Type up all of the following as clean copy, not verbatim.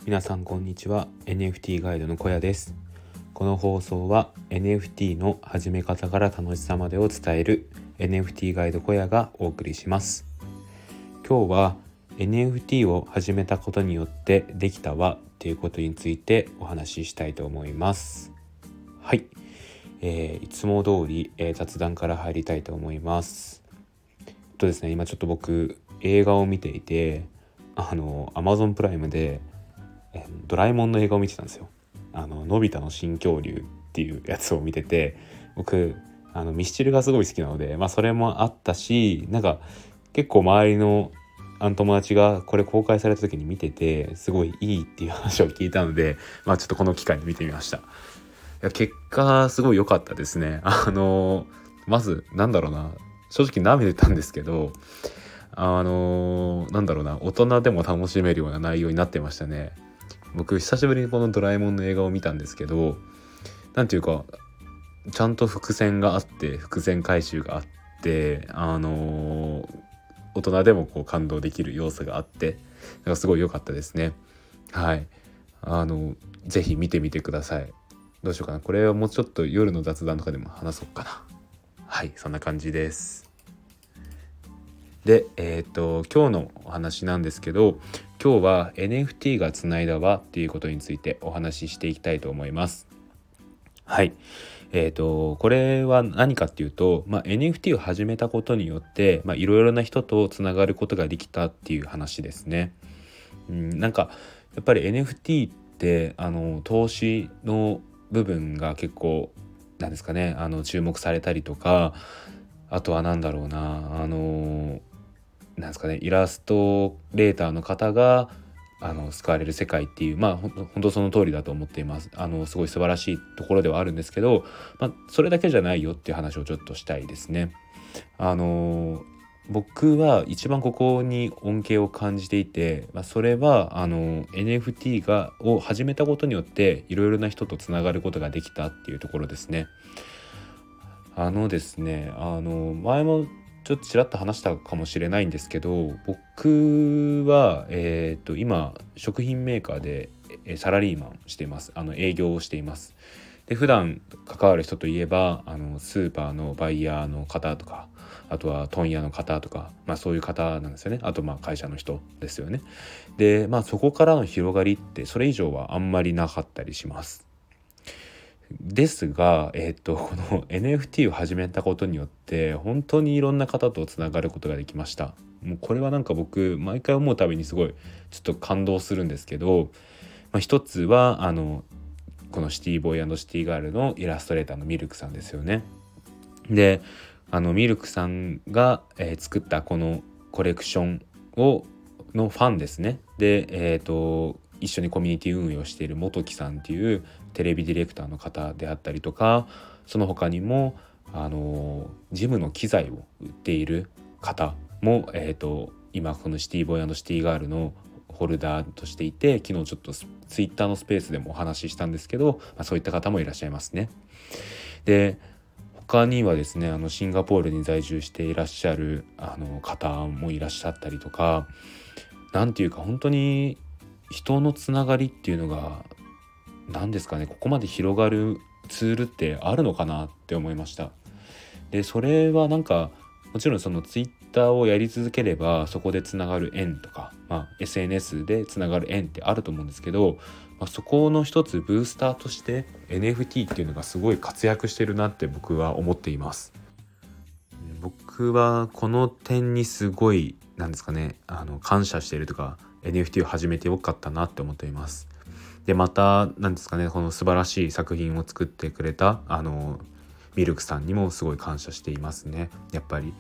皆さんこんにちは。 NFT ガイドの小屋です。この放送は NFT の始め方から楽しさまでを伝える NFT ガイド小屋がお送りします。今日は NFT を始めたことによってできた輪ということについてお話ししたいと思います。はい、いつも通り、雑談から入りたいと思います。ですね、今ちょっと僕映画を見ていて、Amazon プライムでドラえもんの映画を見てたんですよ。のび太の新恐竜っていうやつを見てて、僕ミスチルがすごい好きなので、それもあったし、結構周りの友達がこれ公開された時に見ててすごいいいっていう話を聞いたので、ちょっとこの機会に見てみました。いや、結果すごい良かったですね。まず正直舐めてたんですけど、大人でも楽しめるような内容になってましたね。僕久しぶりにこのドラえもんの映画を見たんですけど、なんていうかちゃんと伏線があって伏線回収があって、大人でもこう感動できる要素があって、すごい良かったですね。はい、ぜひ見てみてください。どうしようかな、これはもうちょっと夜の雑談とかでも話そうかな。はい、そんな感じです。で、今日のお話なんですけど、今日は NFT がつないだ輪っていうことについてお話ししていきたいと思います。はい、これは何かっていうと、NFT を始めたことによっていろいろな人とつながることができたっていう話ですね。やっぱり NFT って投資の部分が結構注目されたりとか、あとはイラストレーターの方が救われる世界っていう、本当その通りだと思っています。すごい素晴らしいところではあるんですけど、それだけじゃないよっていう話をちょっとしたいですね。僕は一番ここに恩恵を感じていて、それはNFT を始めたことによっていろいろな人とつながることができたっていうところですね。前もちょっとちらっと話したかもしれないんですけど、僕は、今食品メーカーでサラリーマンしています。営業をしています。で、普段関わる人といえばスーパーのバイヤーの方とか、あとは問屋の方とか、そういう方なんですよね。あと会社の人ですよね。で、そこからの広がりってそれ以上はあんまりなかったりします。ですが、この NFT を始めたことによって本当にいろんな方とつながることができました。もうこれは僕毎回思うたびにすごいちょっと感動するんですけど、一つはこのシティボーイ&シティガールのイラストレーターのミルクさんですよね。で、ミルクさんが、作ったこのコレクションのファンですね。で、一緒にコミュニティ運営をしている元木さんっていうテレビディレクターの方であったりとか、その他にもジムの機材を売っている方も、今このシティボーイ&シティガールのホルダーとしていて、昨日ちょっとツイッターのスペースでもお話ししたんですけど、そういった方もいらっしゃいますね。で、他にはですね、シンガポールに在住していらっしゃる方もいらっしゃったりとか、本当に人のつながりっていうのがここまで広がるツールってあるのかなって思いました。で、それはもちろんそのツイッターをやり続ければそこでつながる縁とか、SNS でつながる縁ってあると思うんですけど、そこの一つブースターとして NFT っていうのがすごい活躍してるなって僕は思っています。僕はこの点にすごい感謝しているとか、 NFT を始めてよかったなって思っています。で、またこの素晴らしい作品を作ってくれたミルクさんにもすごい感謝していますね。やっぱり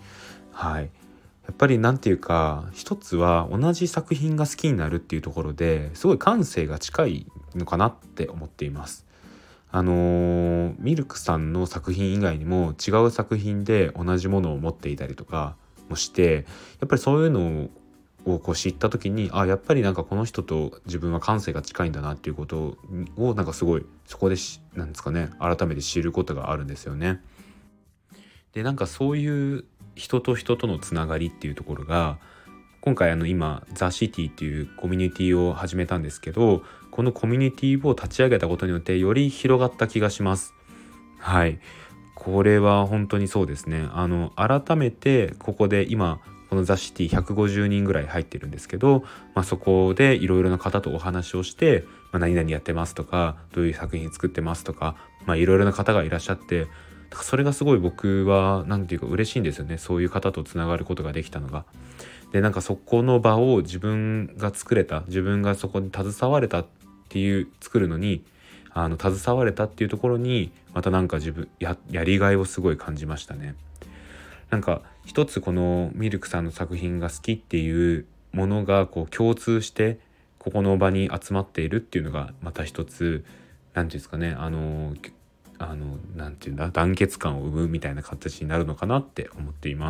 一つは同じ作品が好きになるっていうところですごい感性が近いのかなって思っています。ミルクさんの作品以外にも違う作品で同じものを持っていたりとかもして、やっぱりそういうのを知った時に、やっぱりこの人と自分は感性が近いんだなっていうことをすごいそこで改めて知ることがあるんですよね。で、そういう人と人とのつながりっていうところが今回今ザ・シティっていうコミュニティを始めたんですけど、このコミュニティを立ち上げたことによってより広がった気がします。はい、これは本当にそうですね。改めてここで今このザ・シティ150人ぐらい入ってるんですけど、そこでいろいろな方とお話をして、何々やってますとか、どういう作品作ってますとか、いろいろな方がいらっしゃって、それがすごい僕はなんていうか嬉しいんですよね。そういう方とつながることができたのが。でそこの場を自分が作れた、自分がそこに携われたっていう作るのに携われたっていうところにまた自分やりがいをすごい感じましたね。一つこのミルクさんの作品が好きっていうものが共通してここの場に集まっているっていうのがまた一つなんていうんですかね、なんていうんだ、団結感を生むみたいな形になるのかなって思っています。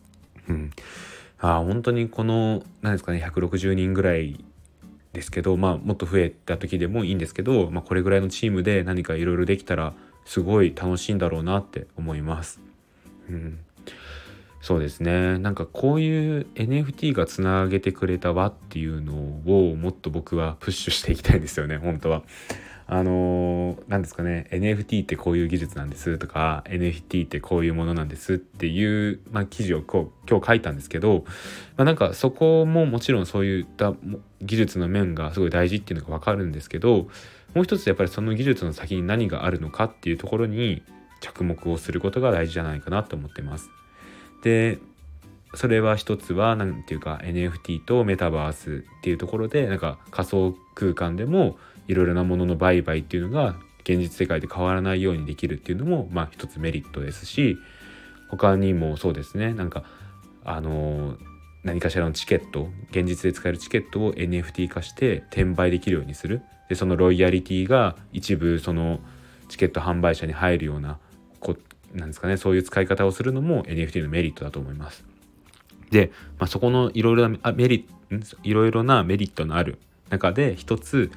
本当にこの何ですかね、160人ぐらいですけど、もっと増えた時でもいいんですけど、これぐらいのチームで何かいろいろできたらすごい楽しいんだろうなって思います。そうですね。こういう NFT がつなげてくれた輪っていうのをもっと僕はプッシュしていきたいんですよね、本当は。なんですかね、 NFT ってこういう技術なんですとか NFT ってこういうものなんですっていう、記事を今日書いたんですけど、そこももちろんそういった技術の面がすごい大事っていうのが分かるんですけど、もう一つやっぱりその技術の先に何があるのかっていうところに着目をすることが大事じゃないかなと思ってます。でそれは一つはなんていうか NFT とメタバースっていうところで仮想空間でもいろいろなものの売買っていうのが現実世界で変わらないようにできるっていうのも一つメリットですし、他にもそうですね、何かしらのチケット、現実で使えるチケットを NFT 化して転売できるようにする。でそのロイヤリティが一部そのチケット販売者に入るようななんですかね、そういう使い方をするのも NFT のメリットだと思います。で、そこのいろいろなメリットのある中で一つ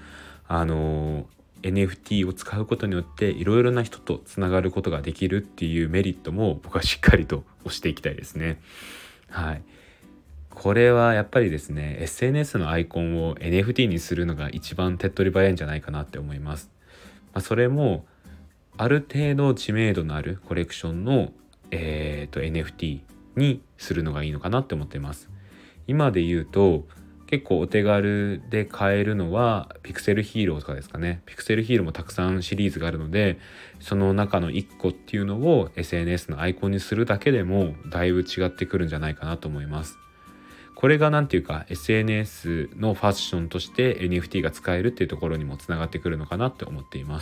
NFT を使うことによっていろいろな人とつながることができるっていうメリットも僕はしっかりと推していきたいですね。はい。これはやっぱりですね、 SNS のアイコンを NFT にするのが一番手っ取り早いんじゃないかなって思います。それもある程度知名度のあるコレクションの、NFT にするのがいいのかなって思っています。今で言うと結構お手軽で買えるのはピクセルヒーローとかですかね。ピクセルヒーローもたくさんシリーズがあるので、その中の1個っていうのを SNS のアイコンにするだけでもだいぶ違ってくるんじゃないかなと思います。これがなんていうか SNS のファッションとして NFT が使えるっていうところにもつながってくるのかなって思っています。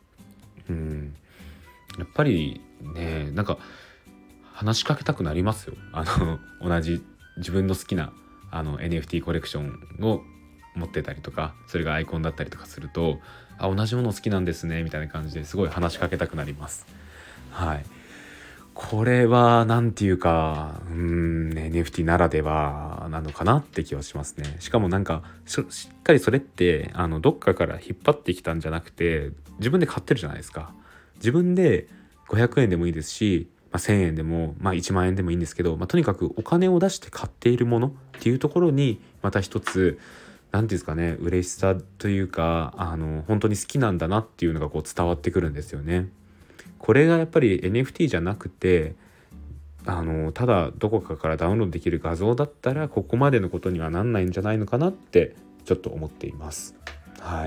やっぱりね、話しかけたくなりますよ。同じ自分の好きなNFT コレクションを持ってたりとか、それがアイコンだったりとかすると、同じもの好きなんですねみたいな感じですごい話しかけたくなります。はい。これはなんていうかNFT ならではなのかなって気はしますね。しかもしっかりそれってどっかから引っ張ってきたんじゃなくて自分で買ってるじゃないですか。自分で500円でもいいですし、1000円でも、1万円でもいいんですけど、とにかくお金を出して買っているものっていうところにまた一つ何ていうんですかね、嬉しさというか本当に好きなんだなっていうのが伝わってくるんですよね。これがやっぱり NFT じゃなくてただどこかからダウンロードできる画像だったらここまでのことにはなんないんじゃないのかなってちょっと思っています。はい。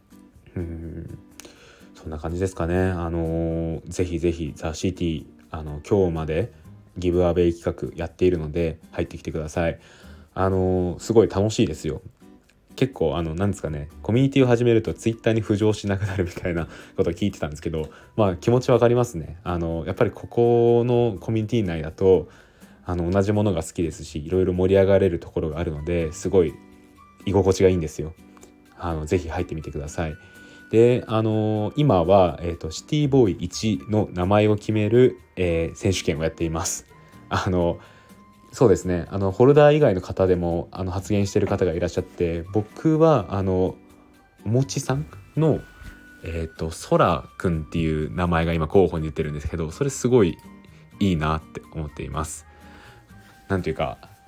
そんな感じですかね。ぜひぜひザ・シティ今日までギブアウェイ企画やっているので入ってきてください。すごい楽しいですよ。結構なんですかね、コミュニティを始めるとツイッターに浮上しなくなるみたいなことを聞いてたんですけど、気持ちわかりますね。やっぱりここのコミュニティ内だと同じものが好きですし、いろいろ盛り上がれるところがあるのですごい居心地がいいんですよ。ぜひ入ってみてください。で今は、シティボーイ1の名前を決める、選手権をやっています。そうですね、ホルダー以外の方でも発言している方がいらっしゃって、僕はもちさんのソラくんっていう名前が今候補に出てるんですけど、それすごいいいなって思っています。なんていうか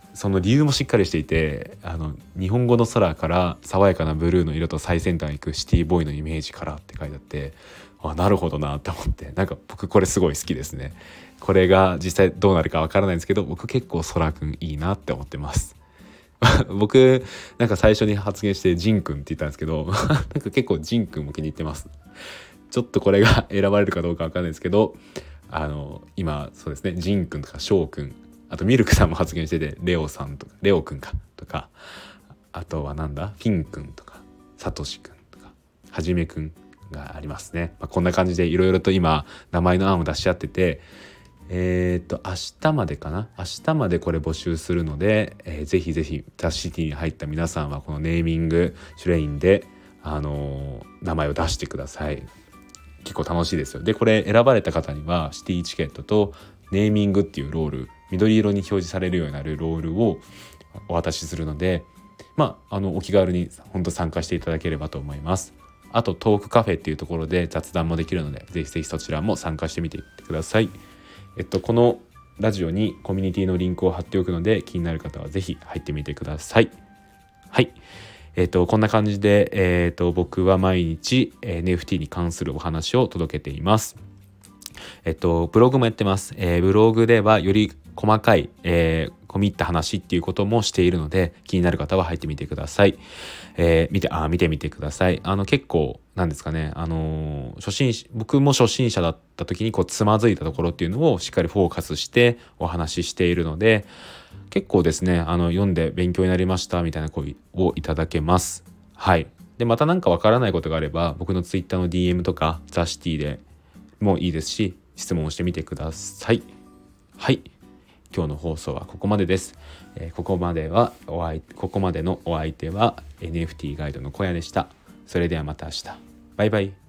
その理由もしっかりしていて、日本語の空から爽やかなブルーの色と最先端行くシティボーイのイメージからって書いてあって、なるほどなって思って、なんか僕これすごい好きですね。これが実際どうなるかわからないんですけど、僕結構空くんいいなって思ってます僕なんか最初に発言してジンくんって言ったんですけどなんか結構ジンくんも気に入ってます。ちょっとこれが選ばれるかどうかわかんないですけど、今そうですね、ジンくんとかショウくん、あとミルクさんも発言してて、レオさんとかレオくんかとか、あとはなんだフィンくんとかサトシくんとかはじめくんがありますね。こんな感じでいろいろと今名前の案を出し合ってて、明日までかな、明日までこれ募集するので、ぜひぜひザ・シティに入った皆さんはこのネーミングシュレインで、名前を出してください。結構楽しいですよ。でこれ選ばれた方にはシティチケットとネーミングっていうロール、緑色に表示されるようになるロールをお渡しするので、お気軽に本当参加していただければと思います。あとトークカフェっていうところで雑談もできるので、ぜひぜひそちらも参加してみていってください。このラジオにコミュニティのリンクを貼っておくので、気になる方はぜひ入ってみてください。はい、こんな感じで、僕は毎日 NFT に関するお話を届けています。ブログもやってます。ブログではより細かい、込み入った話っていうこともしているので、気になる方は入ってみてください。見てみてください。結構なんですかね、僕も初心者だった時につまずいたところっていうのをしっかりフォーカスしてお話ししているので、結構ですね、読んで勉強になりましたみたいな声をいただけます。はい。でまた何かわからないことがあれば、僕のツイッターの DM とかザシティでもいいですし、質問をしてみてください。はい、今日の放送はここまでです。ここまでのお相手は NFT ガイドの小屋でした。それではまた明日。バイバイ。